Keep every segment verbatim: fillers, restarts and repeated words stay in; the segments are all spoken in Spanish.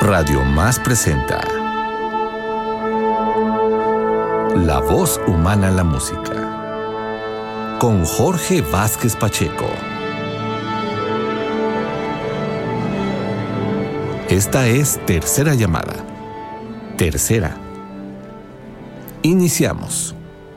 Radio Más presenta La voz humana en la música, con Jorge Vázquez Pacheco. Esta es Tercera Llamada. Tercera. Iniciamos.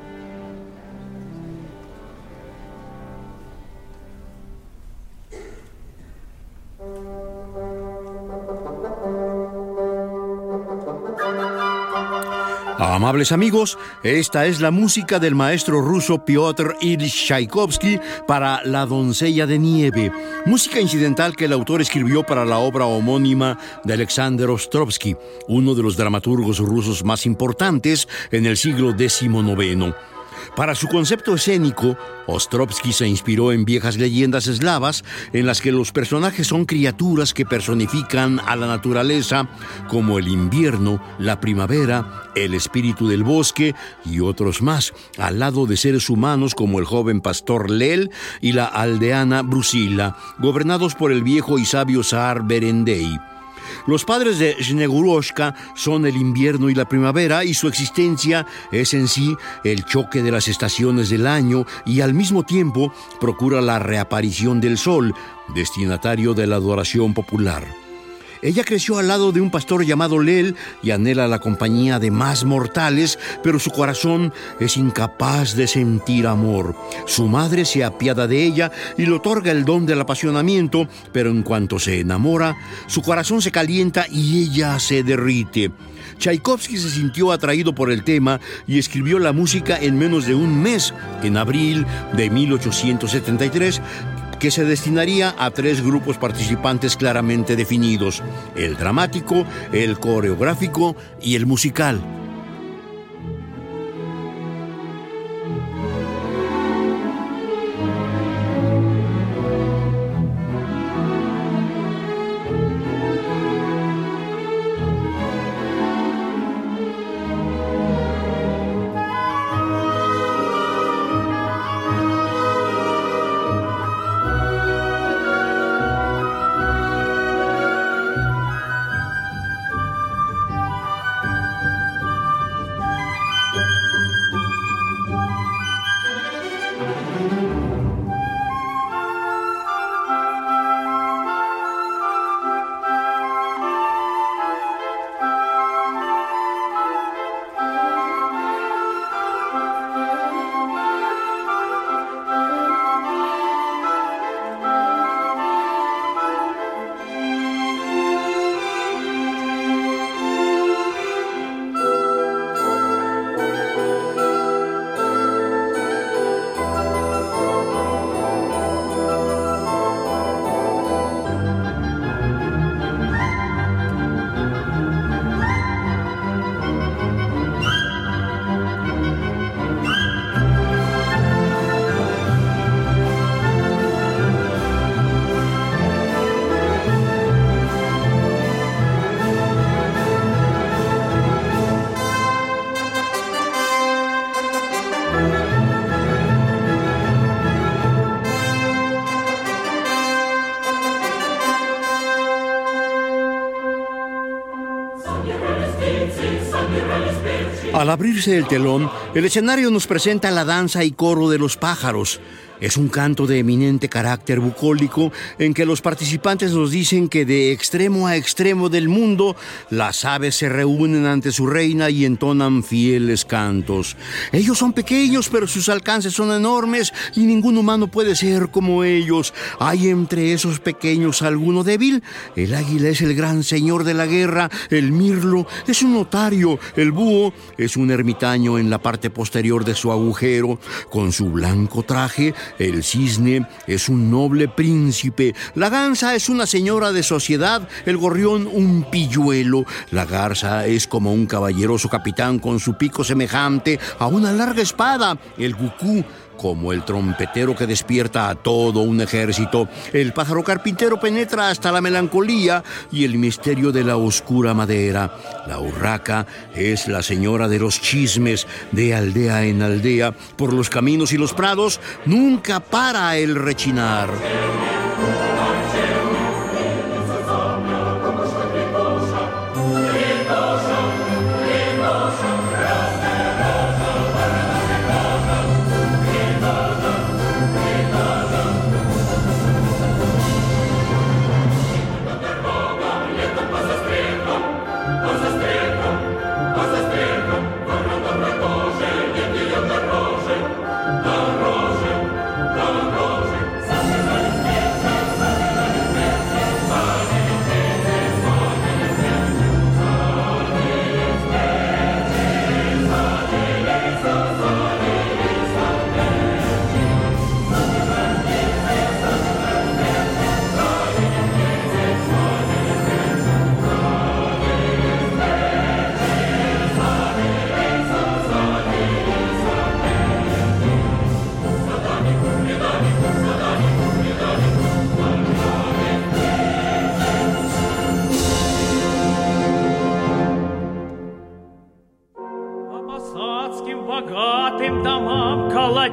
Amables amigos, esta es la música del maestro ruso Piotr Ilyich Tchaikovsky para La doncella de nieve, música incidental que el autor escribió para la obra homónima de Alexander Ostrovsky, uno de los dramaturgos rusos más importantes en el siglo diecinueve. Para su concepto escénico, Ostrovsky se inspiró en viejas leyendas eslavas en las que los personajes son criaturas que personifican a la naturaleza, como el invierno, la primavera, el espíritu del bosque y otros más, al lado de seres humanos como el joven pastor Lel y la aldeana Brusila, gobernados por el viejo y sabio zar Berendei. Los padres de Sneguroshka son el invierno y la primavera, y su existencia es en sí el choque de las estaciones del año, y al mismo tiempo procura la reaparición del sol, destinatario de la adoración popular. Ella creció al lado de un pastor llamado Lel y anhela la compañía de más mortales, pero su corazón es incapaz de sentir amor. Su madre se apiada de ella y le otorga el don del apasionamiento, pero en cuanto se enamora, su corazón se calienta y ella se derrite. Tchaikovsky se sintió atraído por el tema y escribió la música en menos de un mes, en abril de mil ochocientos setenta y tres, que se destinaría a tres grupos participantes claramente definidos: el dramático, el coreográfico y el musical. Al abrirse el telón, el escenario nos presenta la danza y coro de los pájaros. Es un canto de eminente carácter bucólico en que los participantes nos dicen que de extremo a extremo del mundo las aves se reúnen ante su reina y entonan fieles cantos. Ellos son pequeños, pero sus alcances son enormes y ningún humano puede ser como ellos. ¿Hay entre esos pequeños alguno débil? El águila es el gran señor de la guerra, el mirlo es un notario, el búho es un ermitaño en la parte posterior de su agujero, con su blanco traje. El cisne es un noble príncipe, la gansa es una señora de sociedad, el gorrión un pilluelo, la garza es como un caballeroso capitán con su pico semejante a una larga espada, el cucú como el trompetero que despierta a todo un ejército, el pájaro carpintero penetra hasta la melancolía y el misterio de la oscura madera. La urraca es la señora de los chismes, de aldea en aldea, por los caminos y los prados, nunca para el rechinar.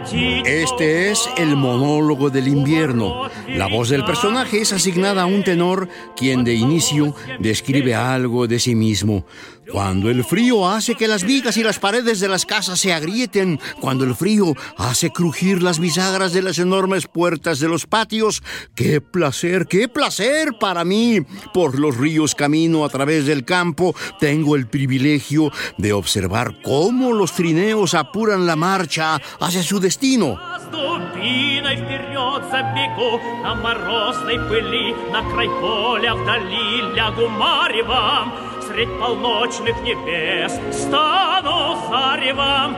Este es el monólogo del invierno. La voz del personaje es asignada a un tenor, quien de inicio describe algo de sí mismo. Cuando el frío hace que las vigas y las paredes de las casas se agrieten, cuando el frío hace crujir las bisagras de las enormes puertas de los patios, ¡qué placer, qué placer para mí! Por los ríos camino a través del campo, tengo el privilegio de observar cómo los trineos apuran la marcha hacia su destino. Дубиной вперед забегу, на морозной пыли, на край поля вдали лягу маревом, средь полночных небес стану заревом.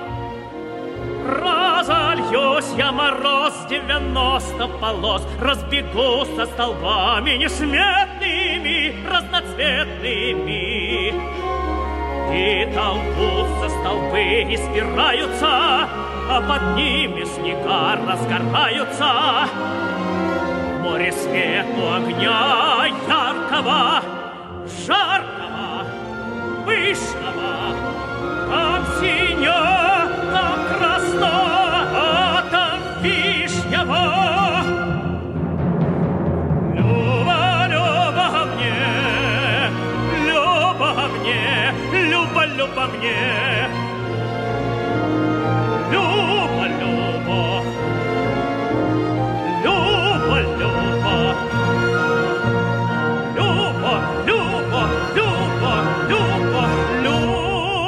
Разольюсь я мороз девяносто полос, разбегу со столбами несметными, разноцветными. И толкутся столбы, и спираются, а под ними снега разгораются. Море свету огня яркого, жаркого, пышного. Там сине, там красно, а там вишнево. Люба, люба мне, люба мне, люба, люба мне. Люба, люба, люба, люба, люба, люба, люба, люба, люба.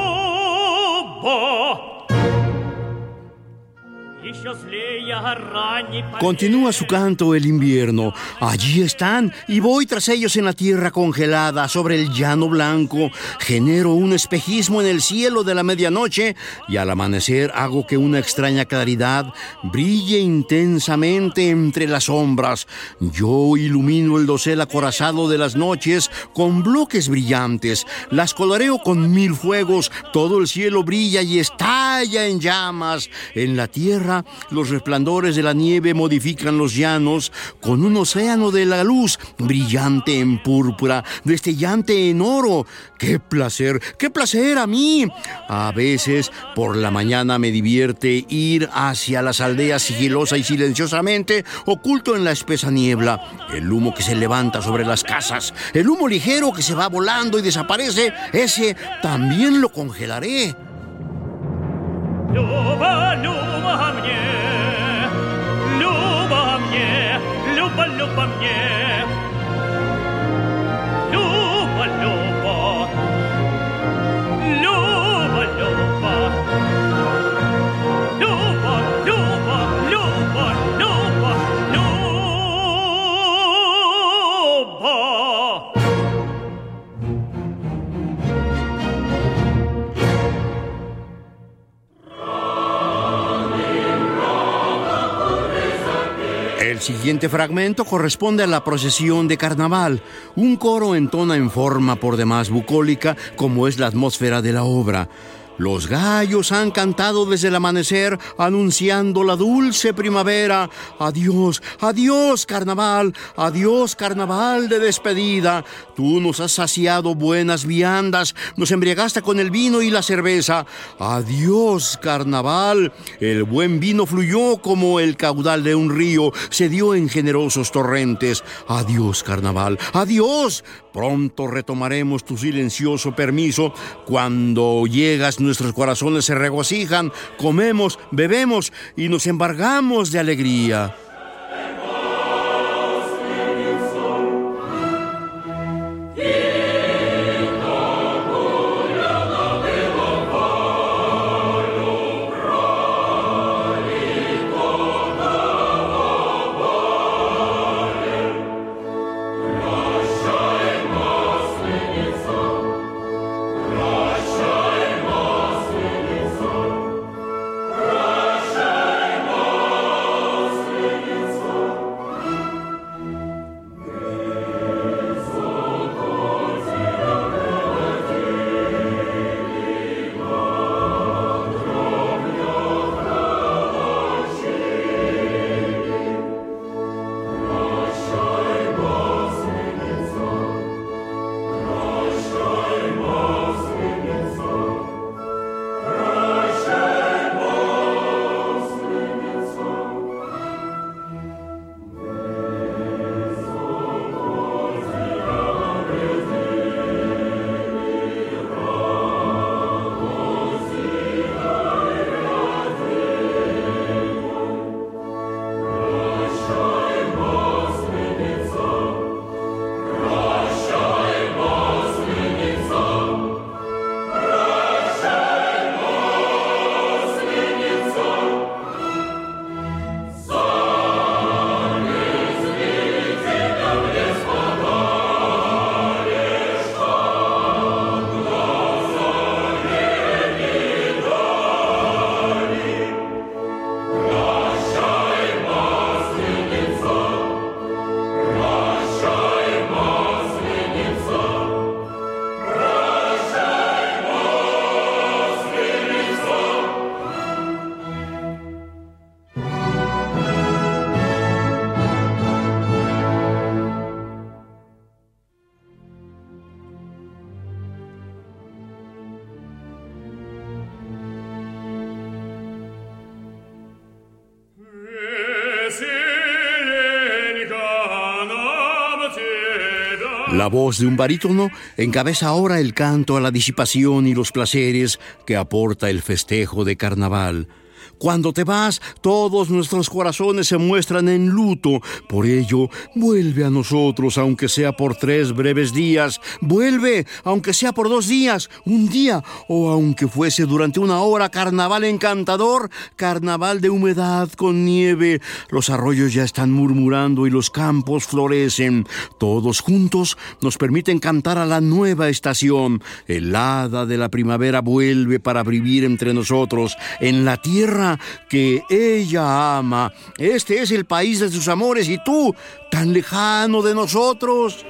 Еще злее ранний. Continúa su canto el invierno. Allí están y voy tras ellos en la tierra congelada, sobre el llano blanco. Genero un espejismo en el cielo de la medianoche y al amanecer hago que una extraña claridad brille intensamente entre las sombras. Yo ilumino el dosel acorazado de las noches con bloques brillantes. Las coloreo con mil fuegos. Todo el cielo brilla y estalla en llamas. En la tierra, los resplandores de la nieve modifican los llanos con un océano de la luz brillante en púrpura, destellante en oro. ¡Qué placer! ¡Qué placer a mí! A veces, por la mañana me divierte ir hacia las aldeas sigilosa y silenciosamente, oculto en la espesa niebla. El humo que se levanta sobre las casas, el humo ligero que se va volando y desaparece, ese también lo congelaré. Люба, люба мне, люба мне, люба, люба мне, люба, люба, люба, люба, люба, люба, люба, люба, люба. El siguiente fragmento corresponde a la procesión de carnaval. Un coro entona en forma por demás bucólica, como es la atmósfera de la obra. Los gallos han cantado desde el amanecer, anunciando la dulce primavera. Adiós, adiós, carnaval, adiós, carnaval de despedida. Tú nos has saciado buenas viandas, nos embriagaste con el vino y la cerveza. Adiós, carnaval. El buen vino fluyó como el caudal de un río, se dio en generosos torrentes. Adiós, carnaval, adiós. Pronto retomaremos tu silencioso permiso. Cuando llegas, nuestros corazones se regocijan, comemos, bebemos y nos embargamos de alegría. La voz de un barítono encabeza ahora el canto a la disipación y los placeres que aporta el festejo de carnaval. Cuando te vas, todos nuestros corazones se muestran en luto. Por ello, vuelve a nosotros, aunque sea por tres breves días. Vuelve, aunque sea por dos días, un día, o aunque fuese durante una hora. Carnaval encantador, carnaval de humedad con nieve. Los arroyos ya están murmurando y los campos florecen. Todos juntos nos permiten cantar a la nueva estación. El hada de la primavera vuelve para vivir entre nosotros, en la tierra que ella ama. Este es el país de sus amores y tú, tan lejano de nosotros.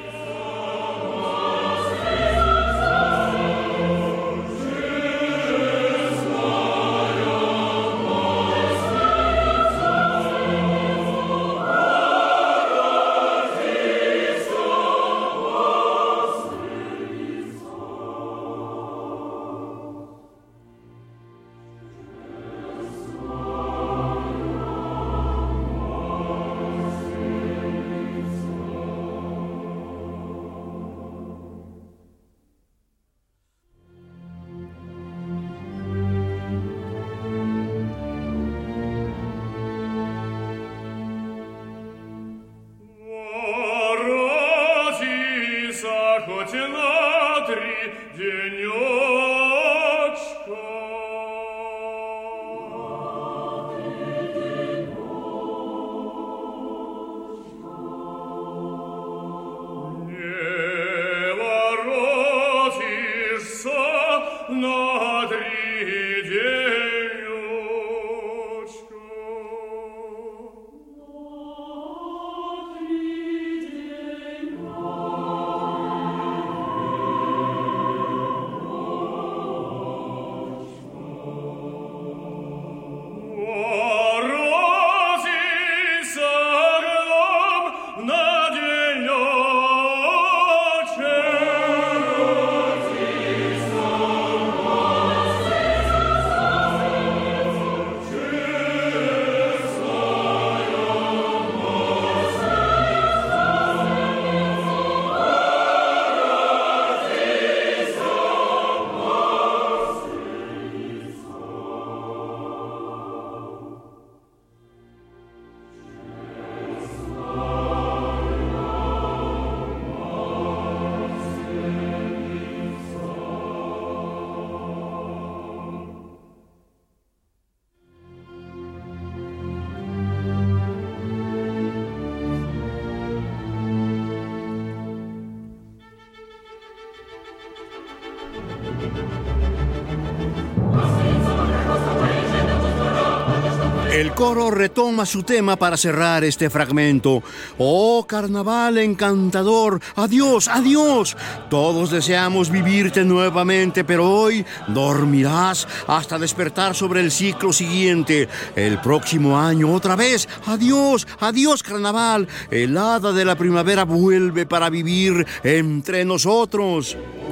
El coro retoma su tema para cerrar este fragmento. ¡Oh, carnaval encantador! ¡Adiós, adiós! Todos deseamos vivirte nuevamente, pero hoy dormirás hasta despertar sobre el ciclo siguiente. El próximo año otra vez. ¡Adiós, adiós, carnaval! El hada de la primavera vuelve para vivir entre nosotros.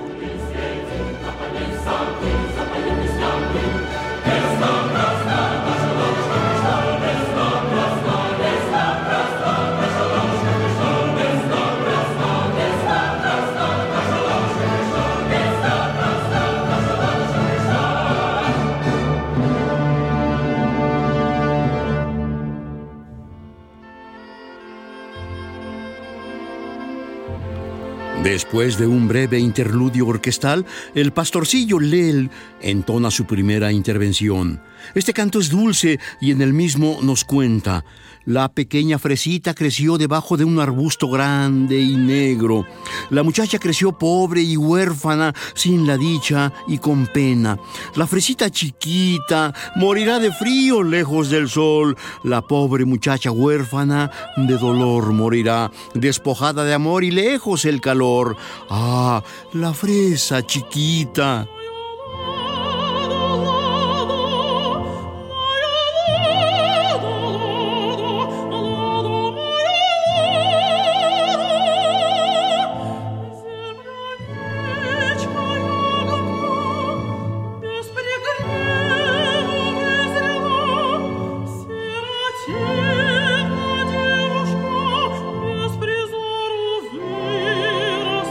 Después de un breve interludio orquestal, el pastorcillo Lel entona su primera intervención. Este canto es dulce y en el mismo nos cuenta: la pequeña Fresita creció debajo de un arbusto grande y negro. La muchacha creció pobre y huérfana, sin la dicha y con pena. La Fresita chiquita morirá de frío lejos del sol. La pobre muchacha huérfana de dolor morirá, despojada de amor y lejos el calor. ¡Ah, la fresa chiquita! Девушка без призору выросла.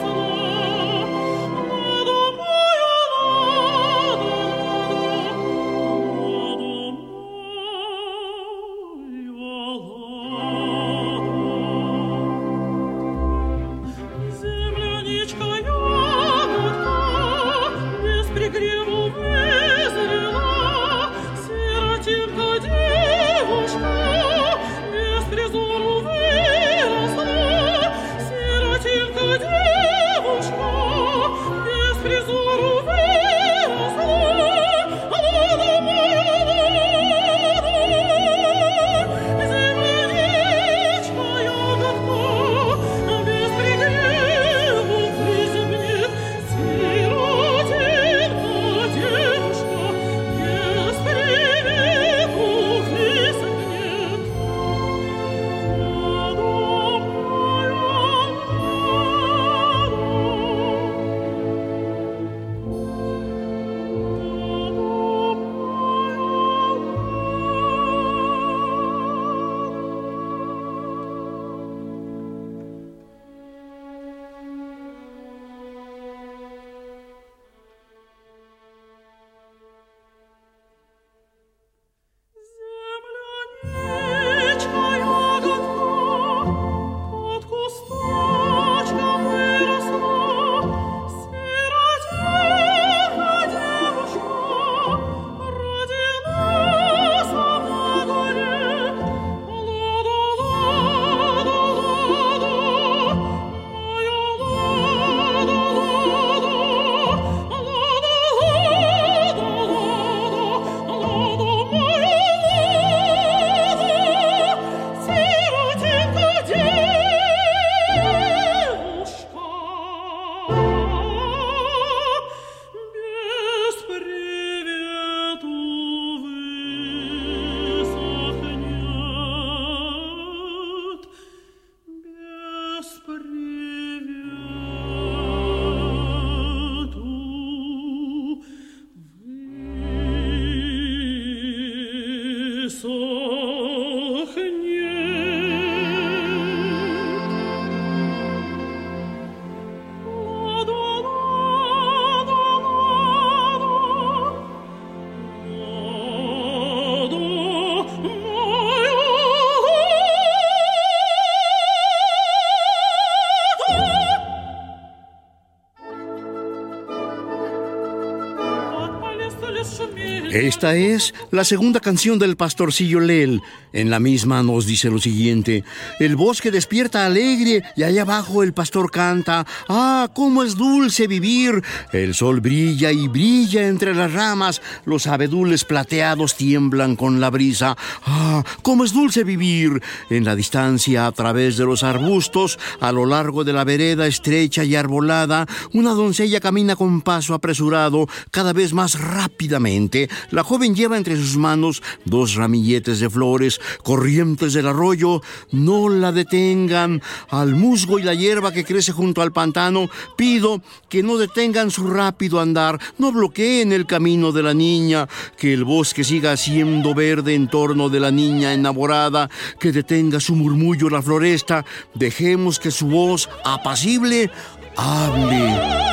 Esta es la segunda canción del pastorcillo Lel. En la misma nos dice lo siguiente: el bosque despierta alegre y allá abajo el pastor canta: ¡ah, cómo es dulce vivir! El sol brilla y brilla entre las ramas, los abedules plateados tiemblan con la brisa. ¡Ah, cómo es dulce vivir! En la distancia, a través de los arbustos, a lo largo de la vereda estrecha y arbolada, una doncella camina con paso apresurado, cada vez más rápidamente. La joven lleva entre sus manos dos ramilletes de flores, corrientes del arroyo. No la detengan. Al musgo y la hierba que crece junto al pantano, pido que no detengan su rápido andar, no bloqueen el camino de la niña, que el bosque siga siendo verde en torno de la niña enamorada, que detenga su murmullo la floresta, dejemos que su voz apacible hable.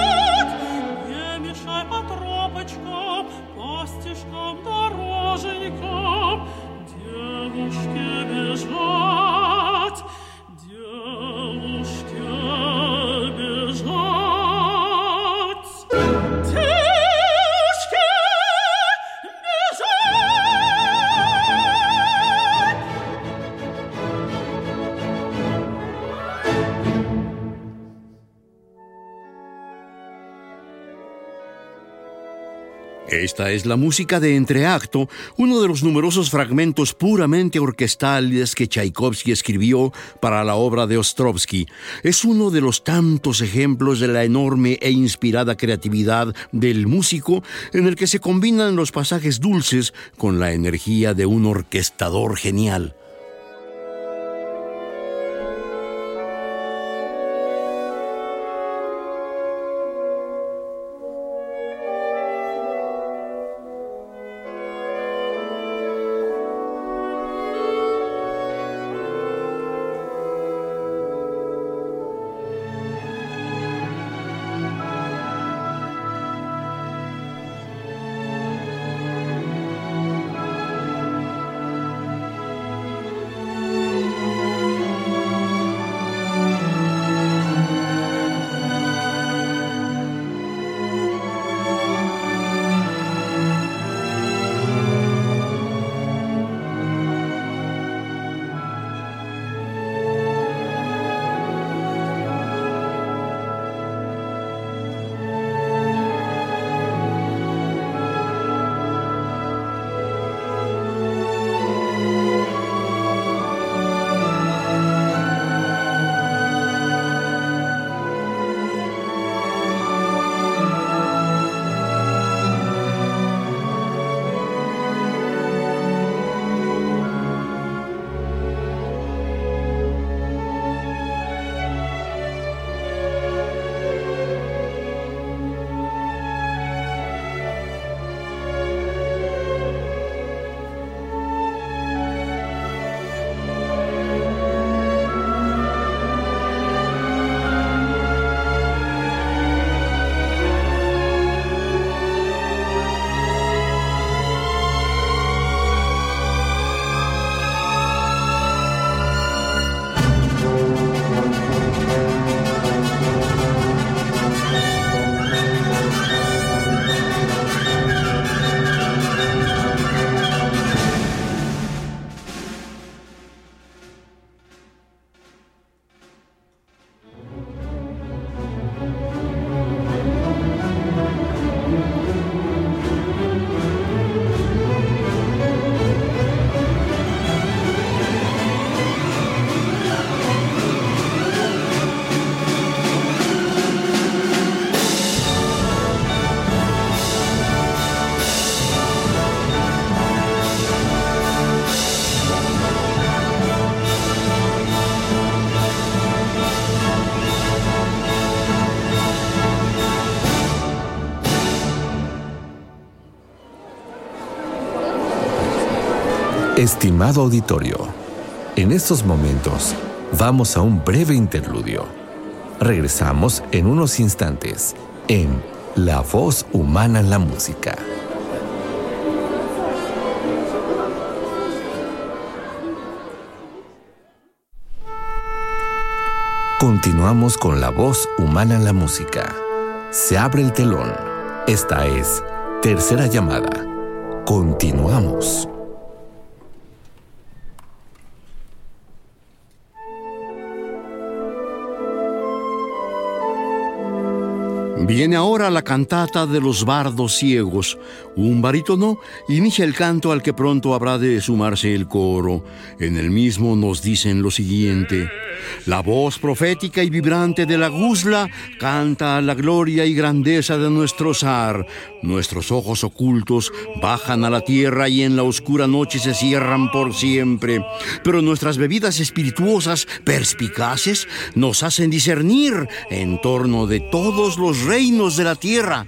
Esta es la música de entreacto, uno de los numerosos fragmentos puramente orquestales que Tchaikovsky escribió para la obra de Ostrovsky. Es uno de los tantos ejemplos de la enorme e inspirada creatividad del músico, en el que se combinan los pasajes dulces con la energía de un orquestador genial. Estimado auditorio, en estos momentos vamos a un breve interludio. Regresamos en unos instantes en La Voz Humana en la Música. Continuamos con La Voz Humana en la Música. Se abre el telón. Esta es Tercera Llamada. Continuamos. Viene ahora la cantata de los bardos ciegos. Un barítono inicia el canto al que pronto habrá de sumarse el coro. En el mismo nos dicen lo siguiente: la voz profética y vibrante de la guzla canta la gloria y grandeza de nuestro zar. Nuestros ojos ocultos bajan a la tierra y en la oscura noche se cierran por siempre. Pero nuestras bebidas espirituosas, perspicaces, nos hacen discernir en torno de todos los reinos de la tierra.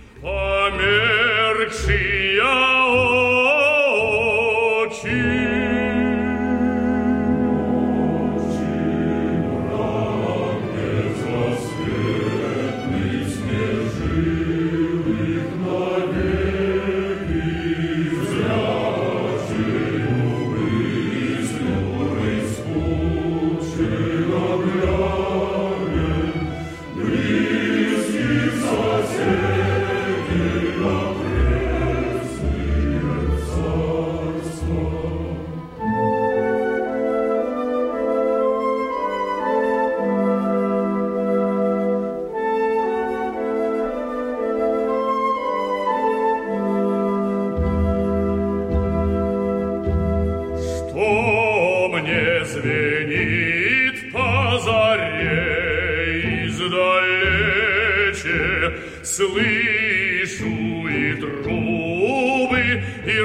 Слышу и трубы, и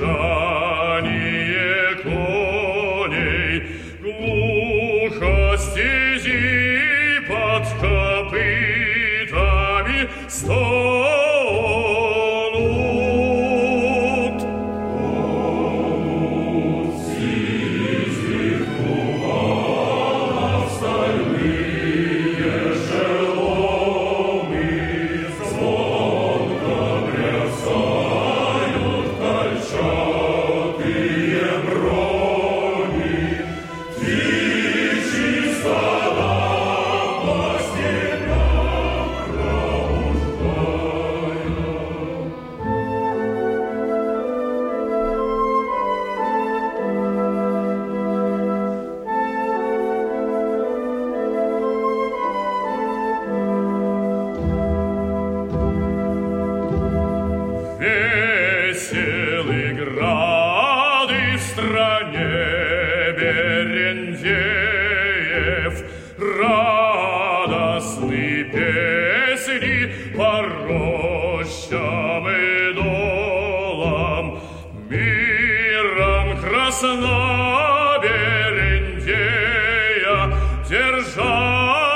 ржание коней, глухо стези под копытами стонут. Сизых туманов стальные шеломы звонко бряцают кольчатые брони. Ты чисто нам по степям пробуждая. Веселый грады в стране Берендеев, радостны песни по рощам и долам. Миром красна Берендея держава.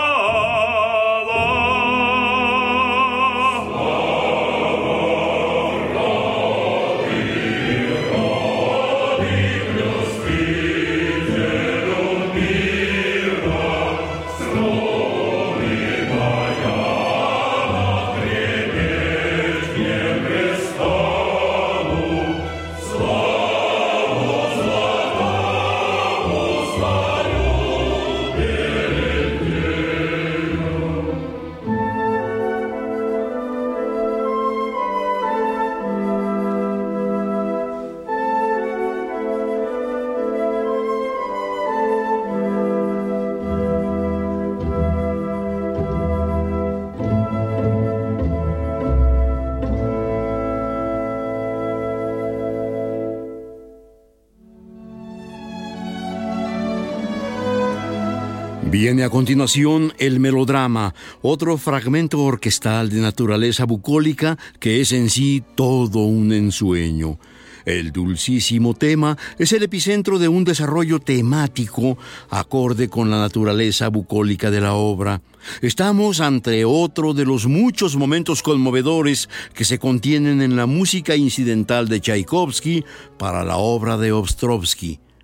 Viene a continuación el melodrama, otro fragmento orquestal de naturaleza bucólica que es en sí todo un ensueño. El dulcísimo tema es el epicentro de un desarrollo temático acorde con la naturaleza bucólica de la obra. Estamos ante otro de los muchos momentos conmovedores que se contienen en la música incidental de Tchaikovsky para la obra de Ostrovsky.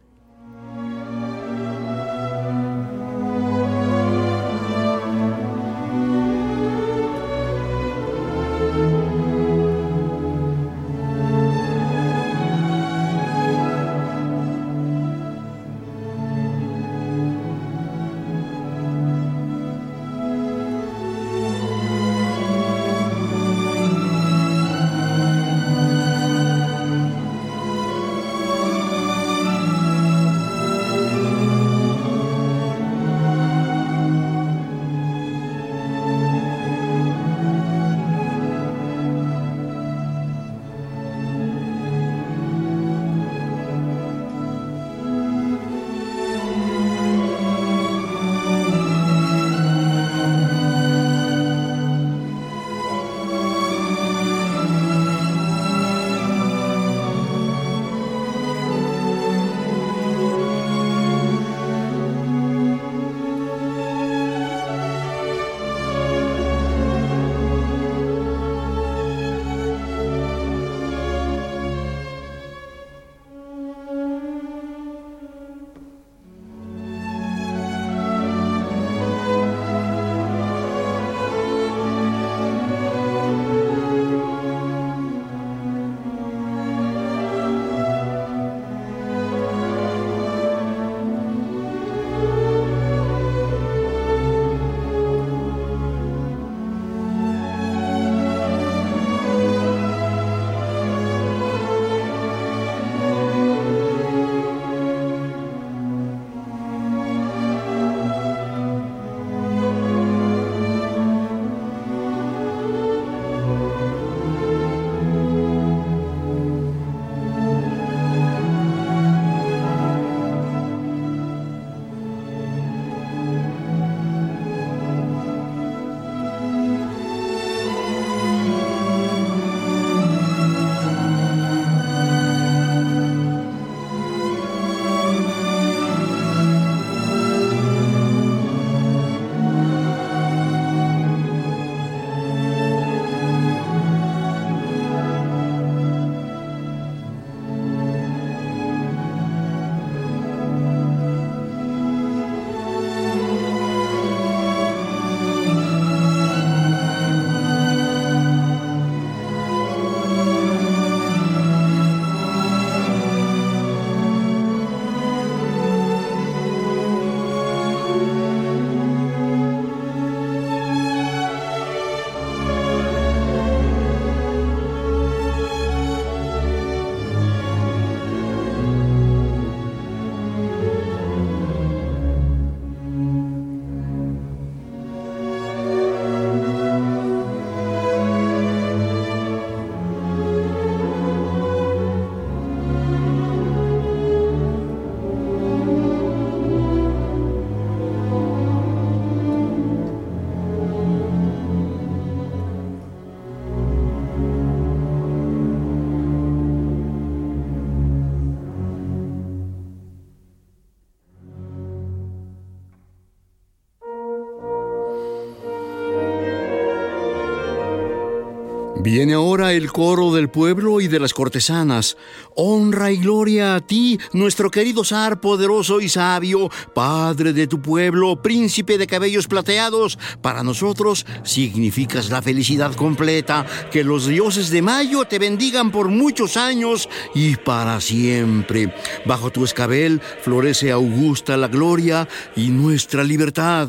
Viene ahora el coro del pueblo y de las cortesanas. Honra y gloria a ti, nuestro querido zar poderoso y sabio, padre de tu pueblo, príncipe de cabellos plateados. Para nosotros significas la felicidad completa. Que los dioses de Mayo te bendigan por muchos años y para siempre. Bajo tu escabel florece augusta la gloria y nuestra libertad.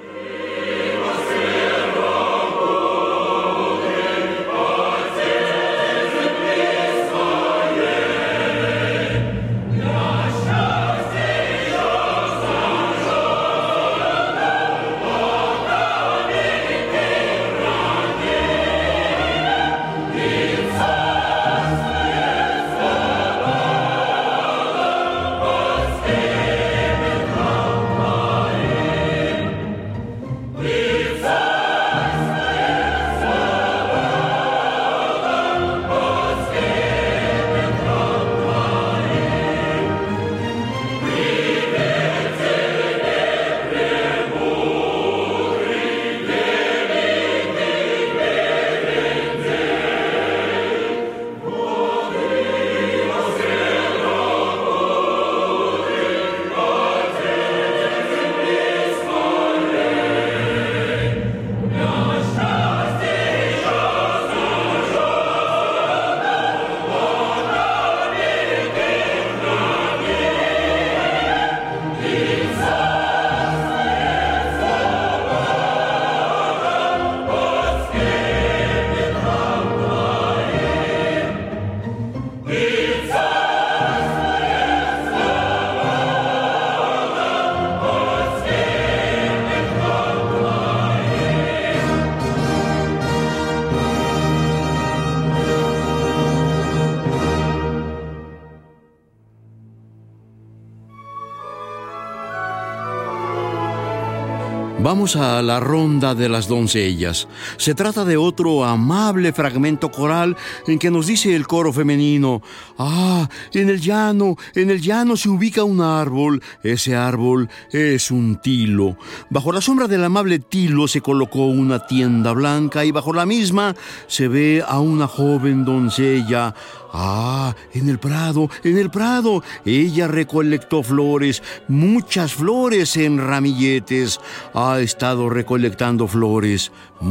Vamos a la ronda de las doncellas. Se trata de otro amable fragmento coral en que nos dice el coro femenino: ah, en el llano, en el llano se ubica un árbol. Ese árbol es un tilo. Bajo la sombra del amable tilo se colocó una tienda blanca y bajo la misma se ve a una joven doncella. Ah, en el prado, en el prado, ella recolectó flores, muchas flores en ramilletes. Ha estado recolectando flores,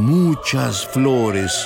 muchas flores.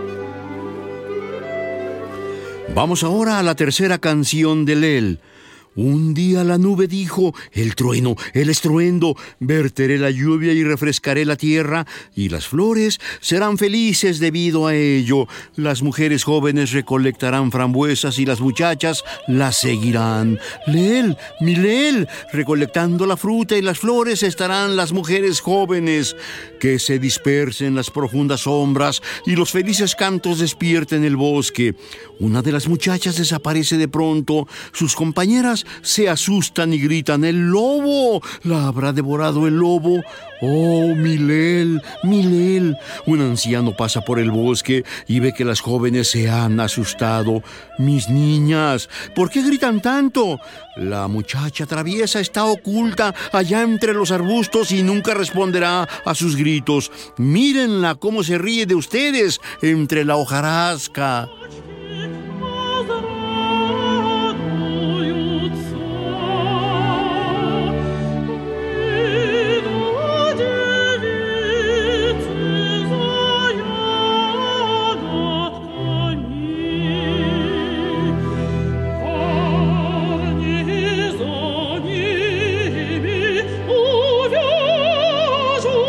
Vamos ahora a la tercera canción de Lel, Un día la nube dijo, el trueno, el estruendo, verteré la lluvia y refrescaré la tierra, y las flores serán felices debido a ello. Las mujeres jóvenes recolectarán frambuesas y las muchachas las seguirán. Leel, mi Leel, recolectando la fruta y las flores estarán las mujeres jóvenes. Que se dispersen las profundas sombras y los felices cantos despierten el bosque. Una de las muchachas desaparece de pronto. Sus compañeras se asustan y gritan, ¡el lobo! ¿La habrá devorado el lobo? ¡Oh, mi Leel, mi Leel! Un anciano pasa por el bosque y ve que las jóvenes se han asustado. ¡Mis niñas! ¿Por qué gritan tanto? La muchacha traviesa está oculta allá entre los arbustos y nunca responderá a sus gritos. Mírenla cómo se ríe de ustedes entre la hojarasca.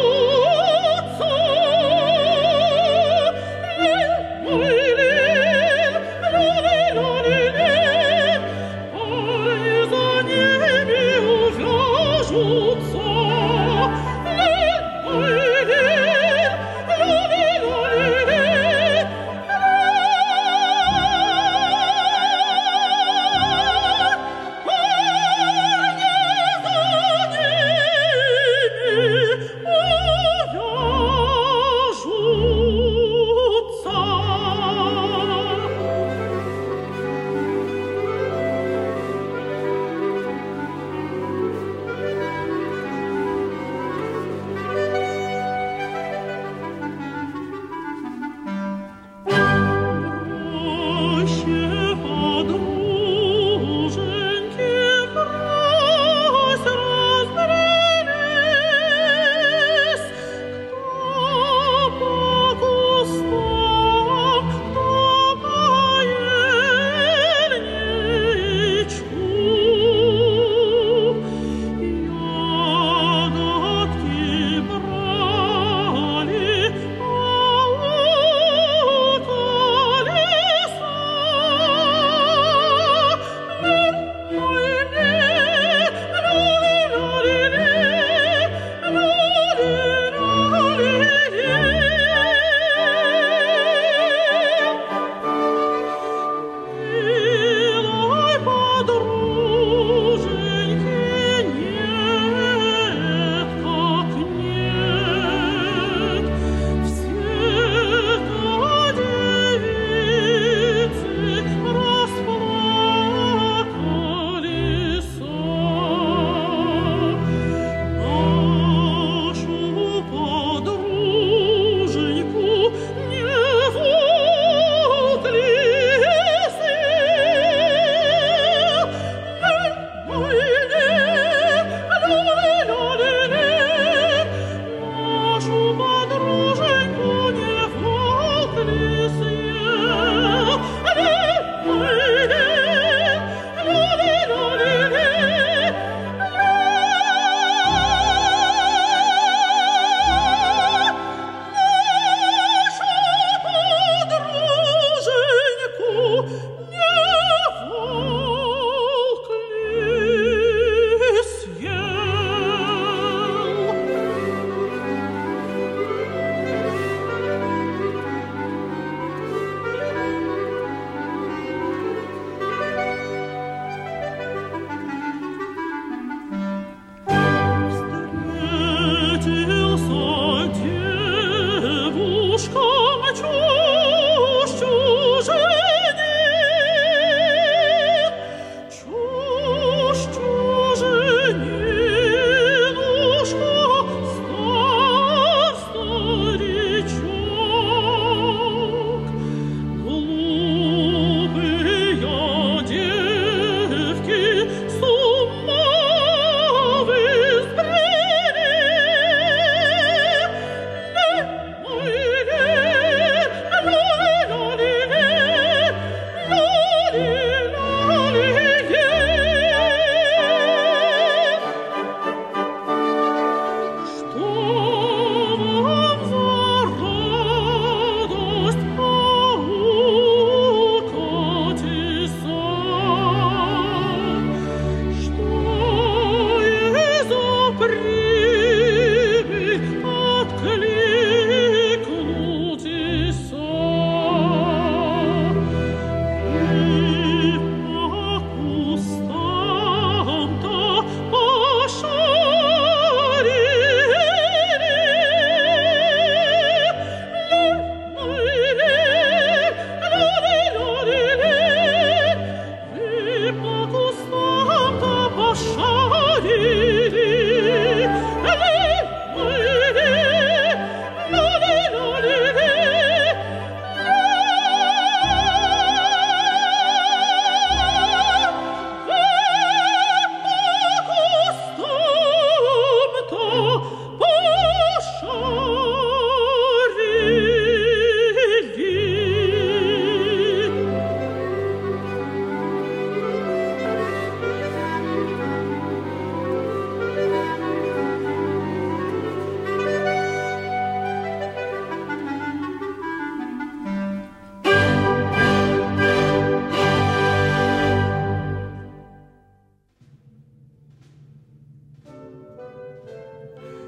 Ой,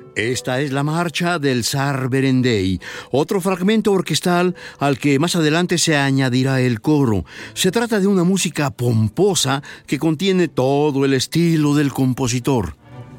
Esta es la marcha del Zar Berendei, otro fragmento orquestal al que más adelante se añadirá el coro. Se trata de una música pomposa que contiene todo el estilo del compositor.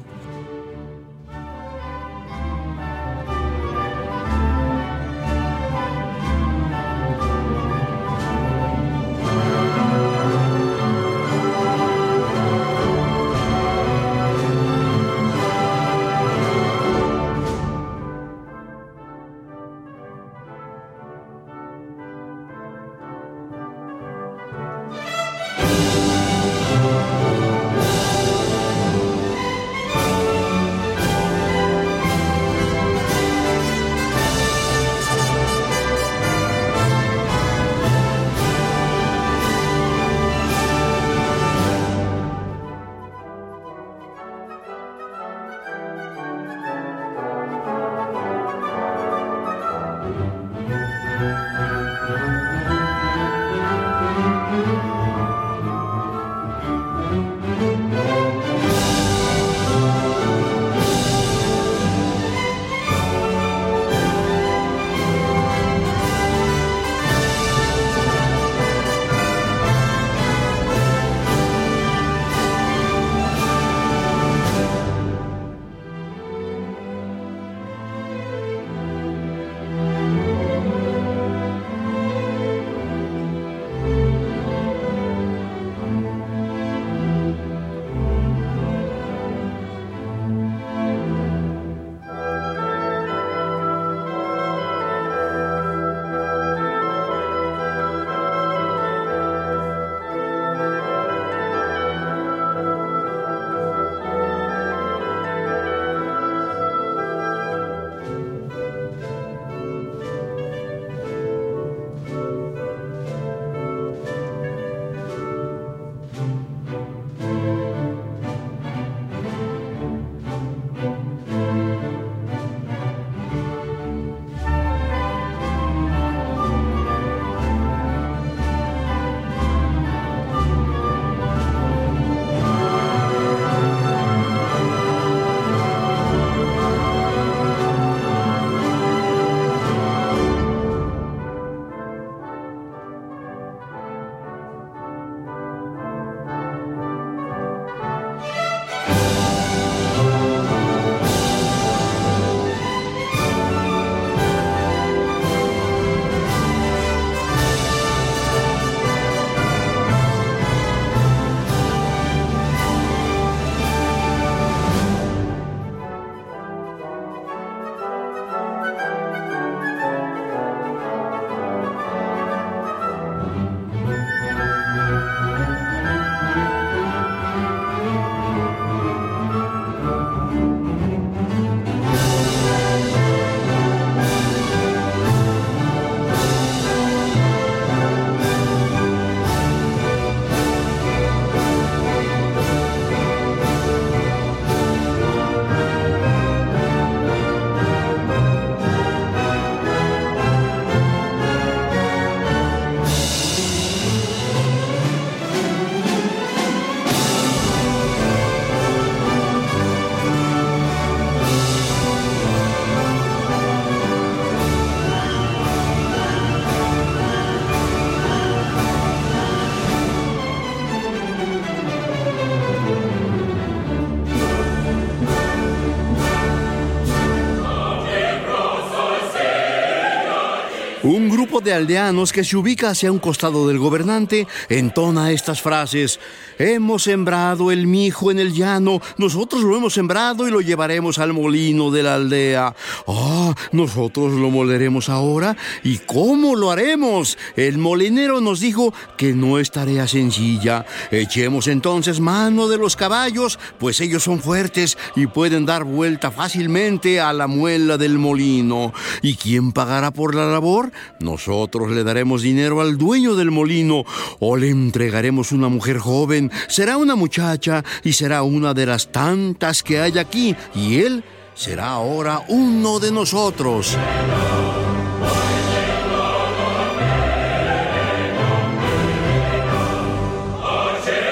Un grupo de aldeanos que se ubica hacia un costado del gobernante entona estas frases: hemos sembrado el mijo en el llano, nosotros lo hemos sembrado y lo llevaremos al molino de la aldea. Ah, nosotros lo moleremos ahora. ¿Y cómo lo haremos? El molinero nos dijo que no es tarea sencilla. Echemos entonces mano de los caballos, pues ellos son fuertes y pueden dar vuelta fácilmente a la muela del molino. ¿Y quién pagará por la labor? Nosotros le daremos dinero al dueño del molino o le entregaremos una mujer joven. Será una muchacha y será una de las tantas que hay aquí, y él será ahora uno de nosotros.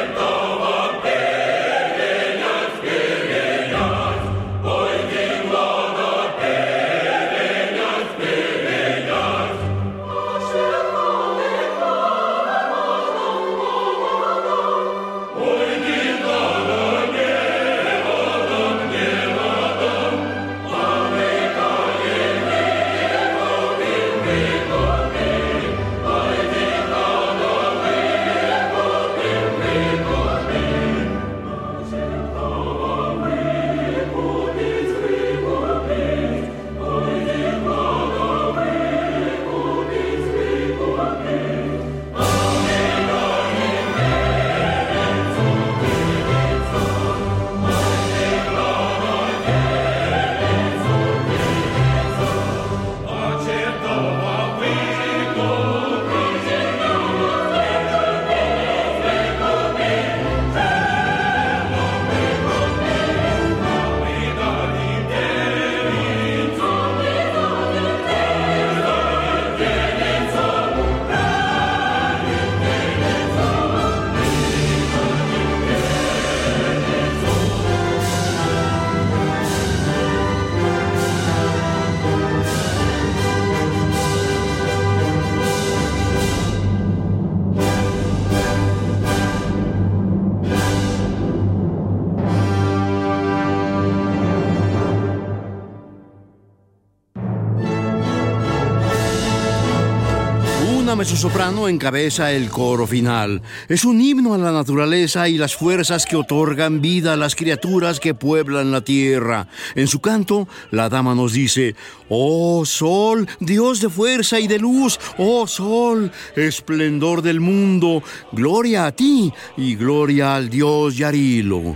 Ojciec to wam pieniądz, pieniądz, oj, mezzosoprano encabeza el coro final. Es un himno a la naturaleza y las fuerzas que otorgan vida a las criaturas que pueblan la tierra. En su canto, la dama nos dice: «Oh sol, Dios de fuerza y de luz, oh sol, esplendor del mundo, gloria a ti y gloria al Dios Yarilo».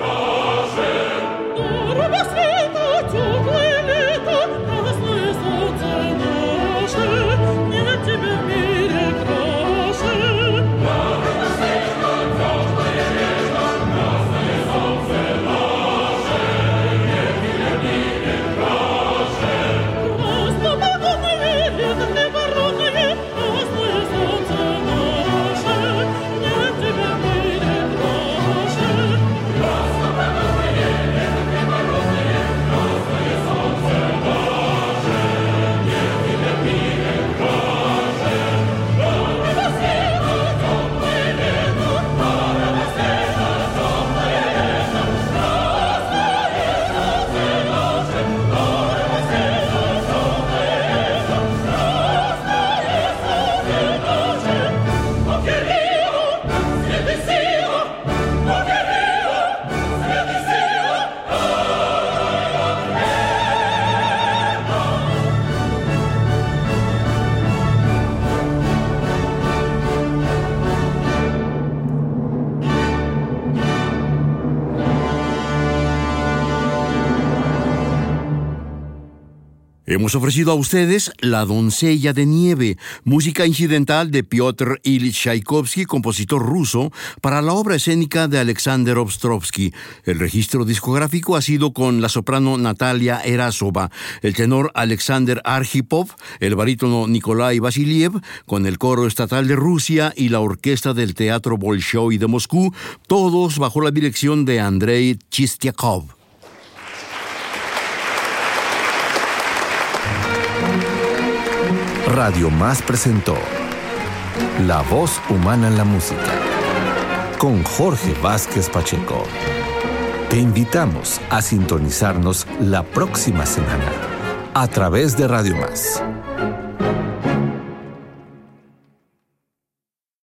Hemos ofrecido a ustedes La doncella de nieve, música incidental de Piotr Ilich Tchaikovsky, compositor ruso, para la obra escénica de Alexander Ostrovsky. El registro discográfico ha sido con la soprano Natalia Erasova, el tenor Alexander Arkhipov, el barítono Nikolai Vasiliev, con el coro estatal de Rusia y la orquesta del Teatro Bolshoi de Moscú, todos bajo la dirección de Andrei Chistiakov. Radio Más presentó La voz humana en la música con Jorge Vázquez Pacheco. Te invitamos a sintonizarnos la próxima semana a través de Radio Más.